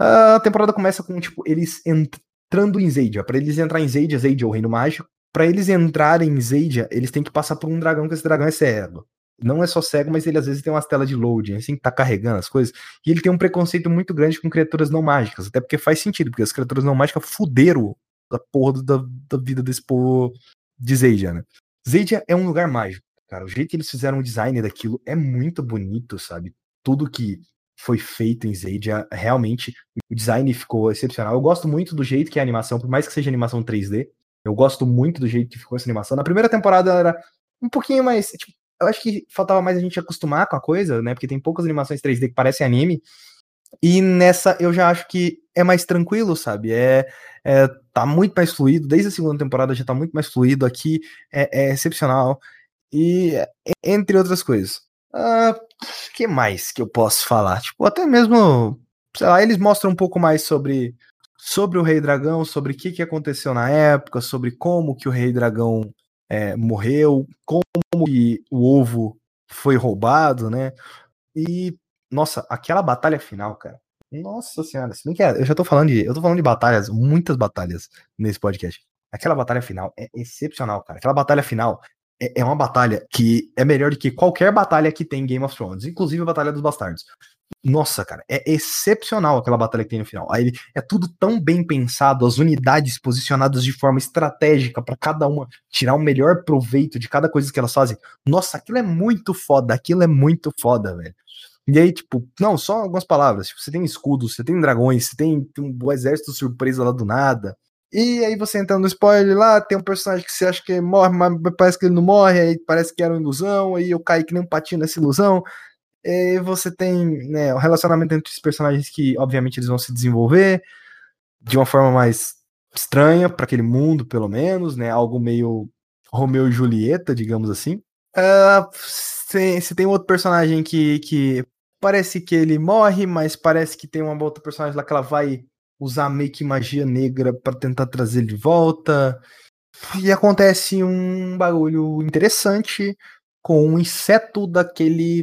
A temporada começa com, tipo, eles entrando em Zaydia. Pra eles entrar em Zaydia, Zaydia é o reino mágico. Pra eles entrarem em Zaydia, eles têm que passar por um dragão, que esse dragão é cego. Não é só cego, mas ele às vezes tem umas telas de loading, assim, que tá carregando as coisas. E ele tem um preconceito muito grande com criaturas não mágicas. Até porque faz sentido, porque as criaturas não mágicas fuderam a porra da, da vida desse povo de Zaydia, né? Zaydia é um lugar mágico, cara. O jeito que eles fizeram o design daquilo é muito bonito, sabe? Tudo que foi feito em Zaydia, realmente, o design ficou excepcional. Eu gosto muito do jeito que é a animação, por mais que seja animação três D, eu gosto muito do jeito que ficou essa animação. Na primeira temporada era um pouquinho mais, tipo, eu acho que faltava mais a gente acostumar com a coisa, né? Porque tem poucas animações três D que parecem anime. E nessa eu já acho que é mais tranquilo, sabe? É, é tá muito mais fluido. Desde a segunda temporada já tá muito mais fluido. Aqui é, é excepcional. E entre outras coisas. Uh, que mais que eu posso falar? Tipo, até mesmo, sei lá, eles mostram um pouco mais sobre sobre o Rei Dragão, sobre o que, que aconteceu na época, sobre como que o Rei Dragão é, morreu, como que o ovo foi roubado, né? E, nossa, aquela batalha final, cara. Nossa senhora, se bem que é, eu já tô falando de. Eu tô falando de batalhas, muitas batalhas nesse podcast. Aquela batalha final é excepcional, cara. Aquela batalha final é, é uma batalha que é melhor do que qualquer batalha que tem em Game of Thrones, inclusive a Batalha dos Bastardos. Nossa, cara, é excepcional aquela batalha que tem no final. Aí é tudo tão bem pensado, as unidades posicionadas de forma estratégica para cada uma tirar o melhor proveito de cada coisa que elas fazem. Nossa, aquilo é muito foda, aquilo é muito foda, velho. E aí, tipo, não, só algumas palavras. Tipo, você tem escudos, você tem dragões, você tem um exército surpresa lá do nada. E aí você entra no spoiler lá, tem um personagem que você acha que morre, mas parece que ele não morre, aí parece que era uma ilusão, aí eu caí que nem um patinho nessa ilusão. E você tem, né, o relacionamento entre os personagens que, obviamente, eles vão se desenvolver de uma forma mais estranha para aquele mundo, pelo menos, né? Algo meio Romeu e Julieta, digamos assim. Uh, você, você tem outro personagem que, que parece que ele morre, mas parece que tem uma outra personagem lá que ela vai usar meio que magia negra para tentar trazer ele de volta. E acontece um bagulho interessante com um inseto daquele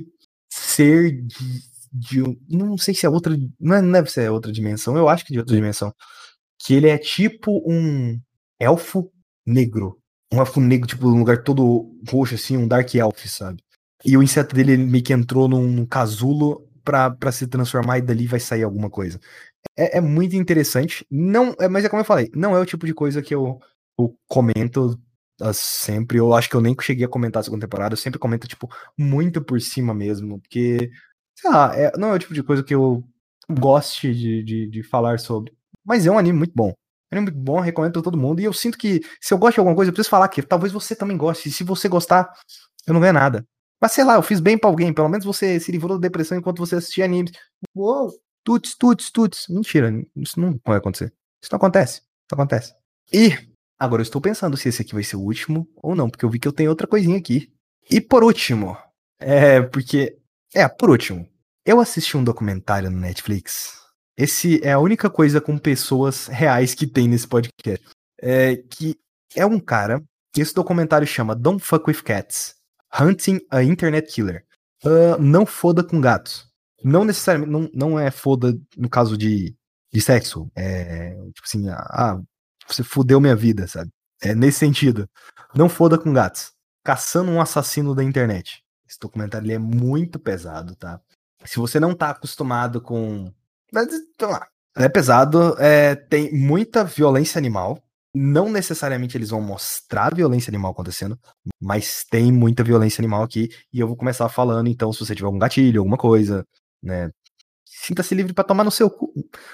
ser de, de não sei se é outra, não, é, não deve ser outra dimensão, eu acho que de outra dimensão, que ele é tipo um elfo negro. Um elfo negro, tipo, num lugar todo roxo, assim, um Dark Elf, sabe? E o inseto dele ele meio que entrou num, num casulo pra, pra se transformar e dali vai sair alguma coisa. É, é muito interessante. Não, é, mas é como eu falei, não é o tipo de coisa que eu, eu comento uh, sempre. Eu acho que eu nem cheguei a comentar a segunda temporada. Eu sempre comento, tipo, muito por cima mesmo. Porque, sei lá, é, não é o tipo de coisa que eu goste de, de, de falar sobre. Mas é um anime muito bom. É um anime muito bom, recomendo pra todo mundo. E eu sinto que se eu gosto de alguma coisa, eu preciso falar que talvez você também goste. E se você gostar, eu não ganho nada. Mas sei lá, eu fiz bem pra alguém. Pelo menos você se livrou da depressão enquanto você assistia animes. Uou! Tuts, tuts, tuts. Mentira, isso não vai acontecer. Isso não acontece. Isso não acontece. E agora eu estou pensando se esse aqui vai ser o último ou não, porque eu vi que eu tenho outra coisinha aqui. E por último, é porque. É, por último, eu assisti um documentário no Netflix. Esse é a única coisa com pessoas reais que tem nesse podcast. É que é um cara. Esse documentário chama Don't Fuck with Cats: Hunting a Internet Killer. Uh, não foda com gatos. Não necessariamente, não, não é foda no caso de, de sexo. É tipo assim, ah, você fudeu minha vida, sabe? É nesse sentido. Não foda com gatos. Caçando um assassino da internet. Esse documentário ele é muito pesado, tá? Se você não tá acostumado com. Mas, vamos lá. É pesado, é, tem muita violência animal. Não necessariamente eles vão mostrar violência animal acontecendo, mas tem muita violência animal aqui. E eu vou começar falando, então, se você tiver algum gatilho, alguma coisa, né? Sinta-se livre para tomar no seu cu.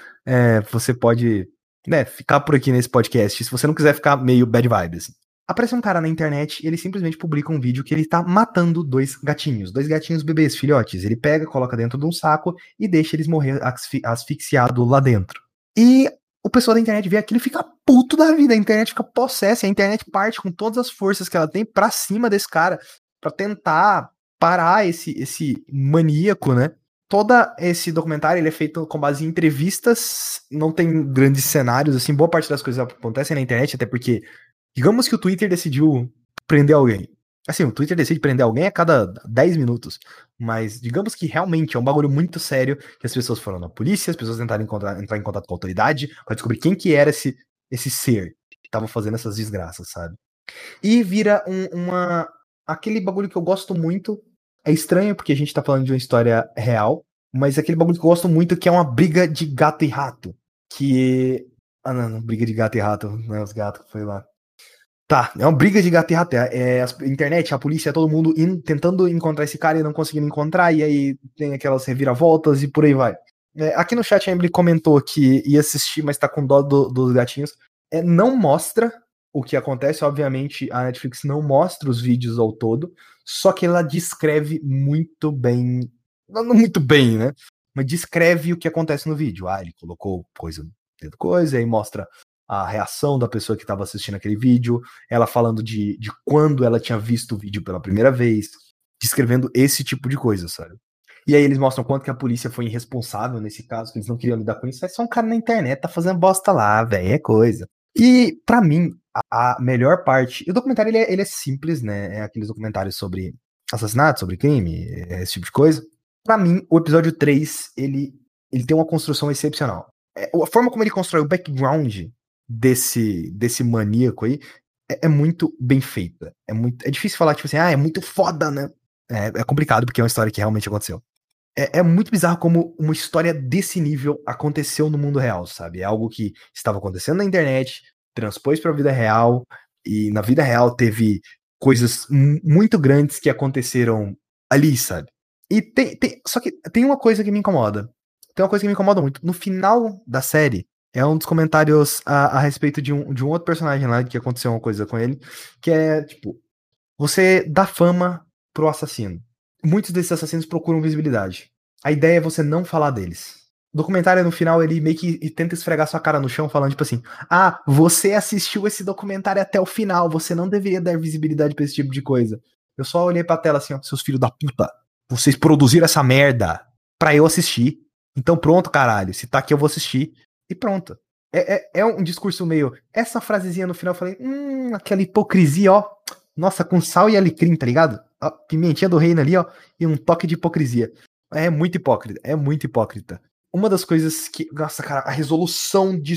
É, você pode, né, ficar por aqui nesse podcast, se você não quiser ficar meio bad vibes. Aparece um cara na internet e ele simplesmente publica um vídeo que ele tá matando dois gatinhos, dois gatinhos bebês, filhotes. Ele pega, coloca dentro de um saco e deixa eles morrer asfi asfixiados lá dentro. E o pessoal da internet vê aquilo e fica puto da vida. A internet fica possessa, a internet parte com todas as forças que ela tem pra cima desse cara, pra tentar parar esse, esse maníaco, né? Todo esse documentário ele é feito com base em entrevistas, não tem grandes cenários, assim, boa parte das coisas acontecem na internet, até porque, digamos que o Twitter decidiu prender alguém. Assim, o Twitter decide prender alguém a cada dez minutos, mas digamos que realmente é um bagulho muito sério, que as pessoas foram na polícia, as pessoas tentaram encontrar, entrar em contato com a autoridade pra descobrir quem que era esse, esse ser que tava fazendo essas desgraças, sabe? E vira um, uma... aquele bagulho que eu gosto muito. É estranho porque a gente tá falando de uma história real, mas é aquele bagulho que eu gosto muito que é uma briga de gato e rato. Que. Ah, não, não, briga de gato e rato, não é os gatos que foi lá. Tá, é uma briga de gato e rato. É a internet, a polícia, todo mundo in, tentando encontrar esse cara e não conseguindo encontrar, e aí tem aquelas reviravoltas e por aí vai. É, aqui no chat a Emily comentou que ia assistir, mas tá com dó do, dos gatinhos. É, não mostra o que acontece, obviamente a Netflix não mostra os vídeos ao todo, só que ela descreve muito bem, não muito bem, né? Mas descreve o que acontece no vídeo. Ah, ele colocou coisa dentro de coisa, aí mostra a reação da pessoa que estava assistindo aquele vídeo, ela falando de, de quando ela tinha visto o vídeo pela primeira vez, descrevendo esse tipo de coisa, sabe? E aí eles mostram quanto que a polícia foi irresponsável nesse caso, que eles não queriam lidar com isso. É só um cara na internet, tá fazendo bosta lá, velho, é coisa. E, pra mim, a, a melhor parte... E o documentário, ele é, ele é simples, né? É aqueles documentários sobre assassinato, sobre crime, esse tipo de coisa. Pra mim, o episódio três, ele, ele tem uma construção excepcional. É, a forma como ele constrói o background desse, desse maníaco aí é, é muito bem feita. É, muito, é difícil falar, tipo assim, ah, é muito foda, né? É, é complicado, porque é uma história que realmente aconteceu. É, é muito bizarro como uma história desse nível aconteceu no mundo real, sabe? É algo que estava acontecendo na internet, transpôs para a vida real, e na vida real teve coisas muito grandes que aconteceram ali, sabe? E tem, tem, só que tem uma coisa que me incomoda. Tem uma coisa que me incomoda muito. No final da série, é um dos comentários a, a respeito de um, de um outro personagem lá, que aconteceu uma coisa com ele, que é, tipo, você dá fama pro assassino. Muitos desses assassinos procuram visibilidade. A ideia é você não falar deles. O documentário, no final, ele meio que tenta esfregar sua cara no chão, falando tipo assim, ah, você assistiu esse documentário até o final, você não deveria dar visibilidade pra esse tipo de coisa. Eu só olhei pra tela assim, ó, seus filhos da puta, vocês produziram essa merda pra eu assistir. Então pronto, caralho, se tá aqui eu vou assistir. E pronto. É, é, é um discurso meio... Essa frasezinha no final, eu falei, hum, aquela hipocrisia, ó. Nossa, com sal e alecrim, tá ligado? Ó, pimentinha do reino ali, ó, e um toque de hipocrisia. É muito hipócrita, é muito hipócrita. Uma das coisas que, nossa, cara, a resolução disso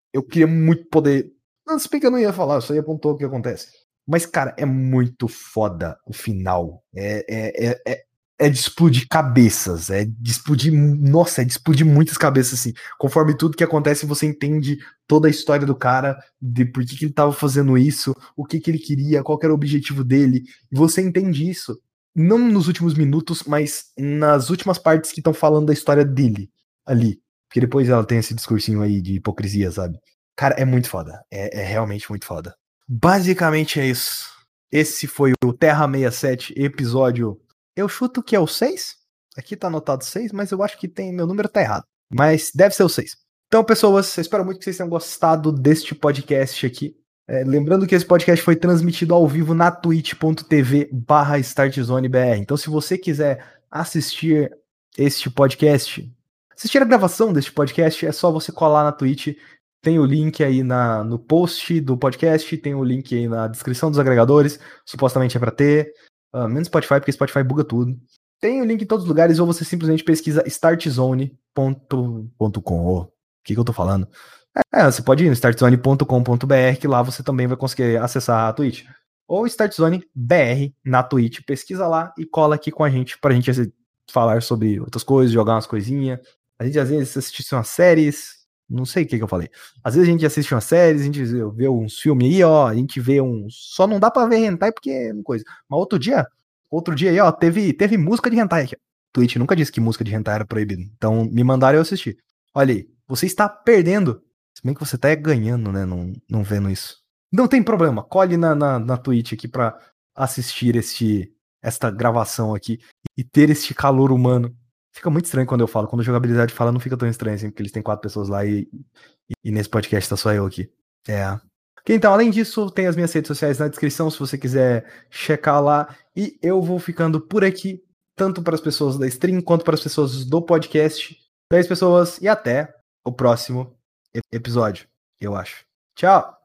Eu queria muito poder. Não, se bem que eu não ia falar, eu só ia apontar o que acontece. Mas, cara, é muito foda o final. É, é, é, é, é de explodir cabeças. É de explodir. Nossa, é de explodir muitas cabeças, assim. Conforme tudo que acontece, você entende toda a história do cara, de por que, que ele tava fazendo isso, o que, que ele queria, qual que era o objetivo dele. E você entende isso. Não nos últimos minutos, mas nas últimas partes que estão falando da história dele ali. Porque depois ela tem esse discursinho aí de hipocrisia, sabe? Cara, é muito foda. É, é realmente muito foda. Basicamente é isso. Esse foi o Terra sessenta e sete, episódio. Eu chuto que é o seis. Aqui tá anotado seis, mas eu acho que tem. Meu número tá errado. Mas deve ser o seis. Então, pessoas, eu espero muito que vocês tenham gostado deste podcast aqui. É, lembrando que esse podcast foi transmitido ao vivo na twitch.tv barra StartZoneBR. Então, se você quiser assistir este podcast, assistir a gravação deste podcast, é só você colar na Twitch. Tem o link aí na, no post do podcast, tem o link aí na descrição dos agregadores, supostamente é pra ter, uh, menos Spotify, porque Spotify buga tudo. Tem o link em todos os lugares, ou você simplesmente pesquisa startzone ponto com. Oh, o que, que eu tô falando? É, você pode ir no startzone ponto com ponto b r, que lá você também vai conseguir acessar a Twitch. Ou StartZone B R na Twitch, pesquisa lá e cola aqui com a gente, pra gente falar sobre outras coisas, jogar umas coisinhas. A gente às vezes assiste umas séries, não sei o que, que eu falei. Às vezes a gente assiste umas séries, a gente vê uns filmes aí, ó, a gente vê uns... Só não dá pra ver hentai porque é uma coisa. Mas outro dia, outro dia aí, ó, teve, teve música de hentai aqui. Twitch nunca disse que música de hentai era proibida. Então me mandaram eu assistir. Olha aí, você está perdendo. Se bem que você tá ganhando, né, não, não vendo isso. Não tem problema, colhe na, na, na Twitch aqui pra assistir este, esta gravação aqui e ter este calor humano. Fica muito estranho quando eu falo. Quando a jogabilidade fala, não fica tão estranho assim, porque eles têm quatro pessoas lá e, e, e nesse podcast tá só eu aqui. É. Okay, então, além disso, tem as minhas redes sociais na descrição, se você quiser checar lá. E eu vou ficando por aqui, tanto para as pessoas da stream quanto para as pessoas do podcast. dez pessoas e até o próximo episódio, eu acho. Tchau!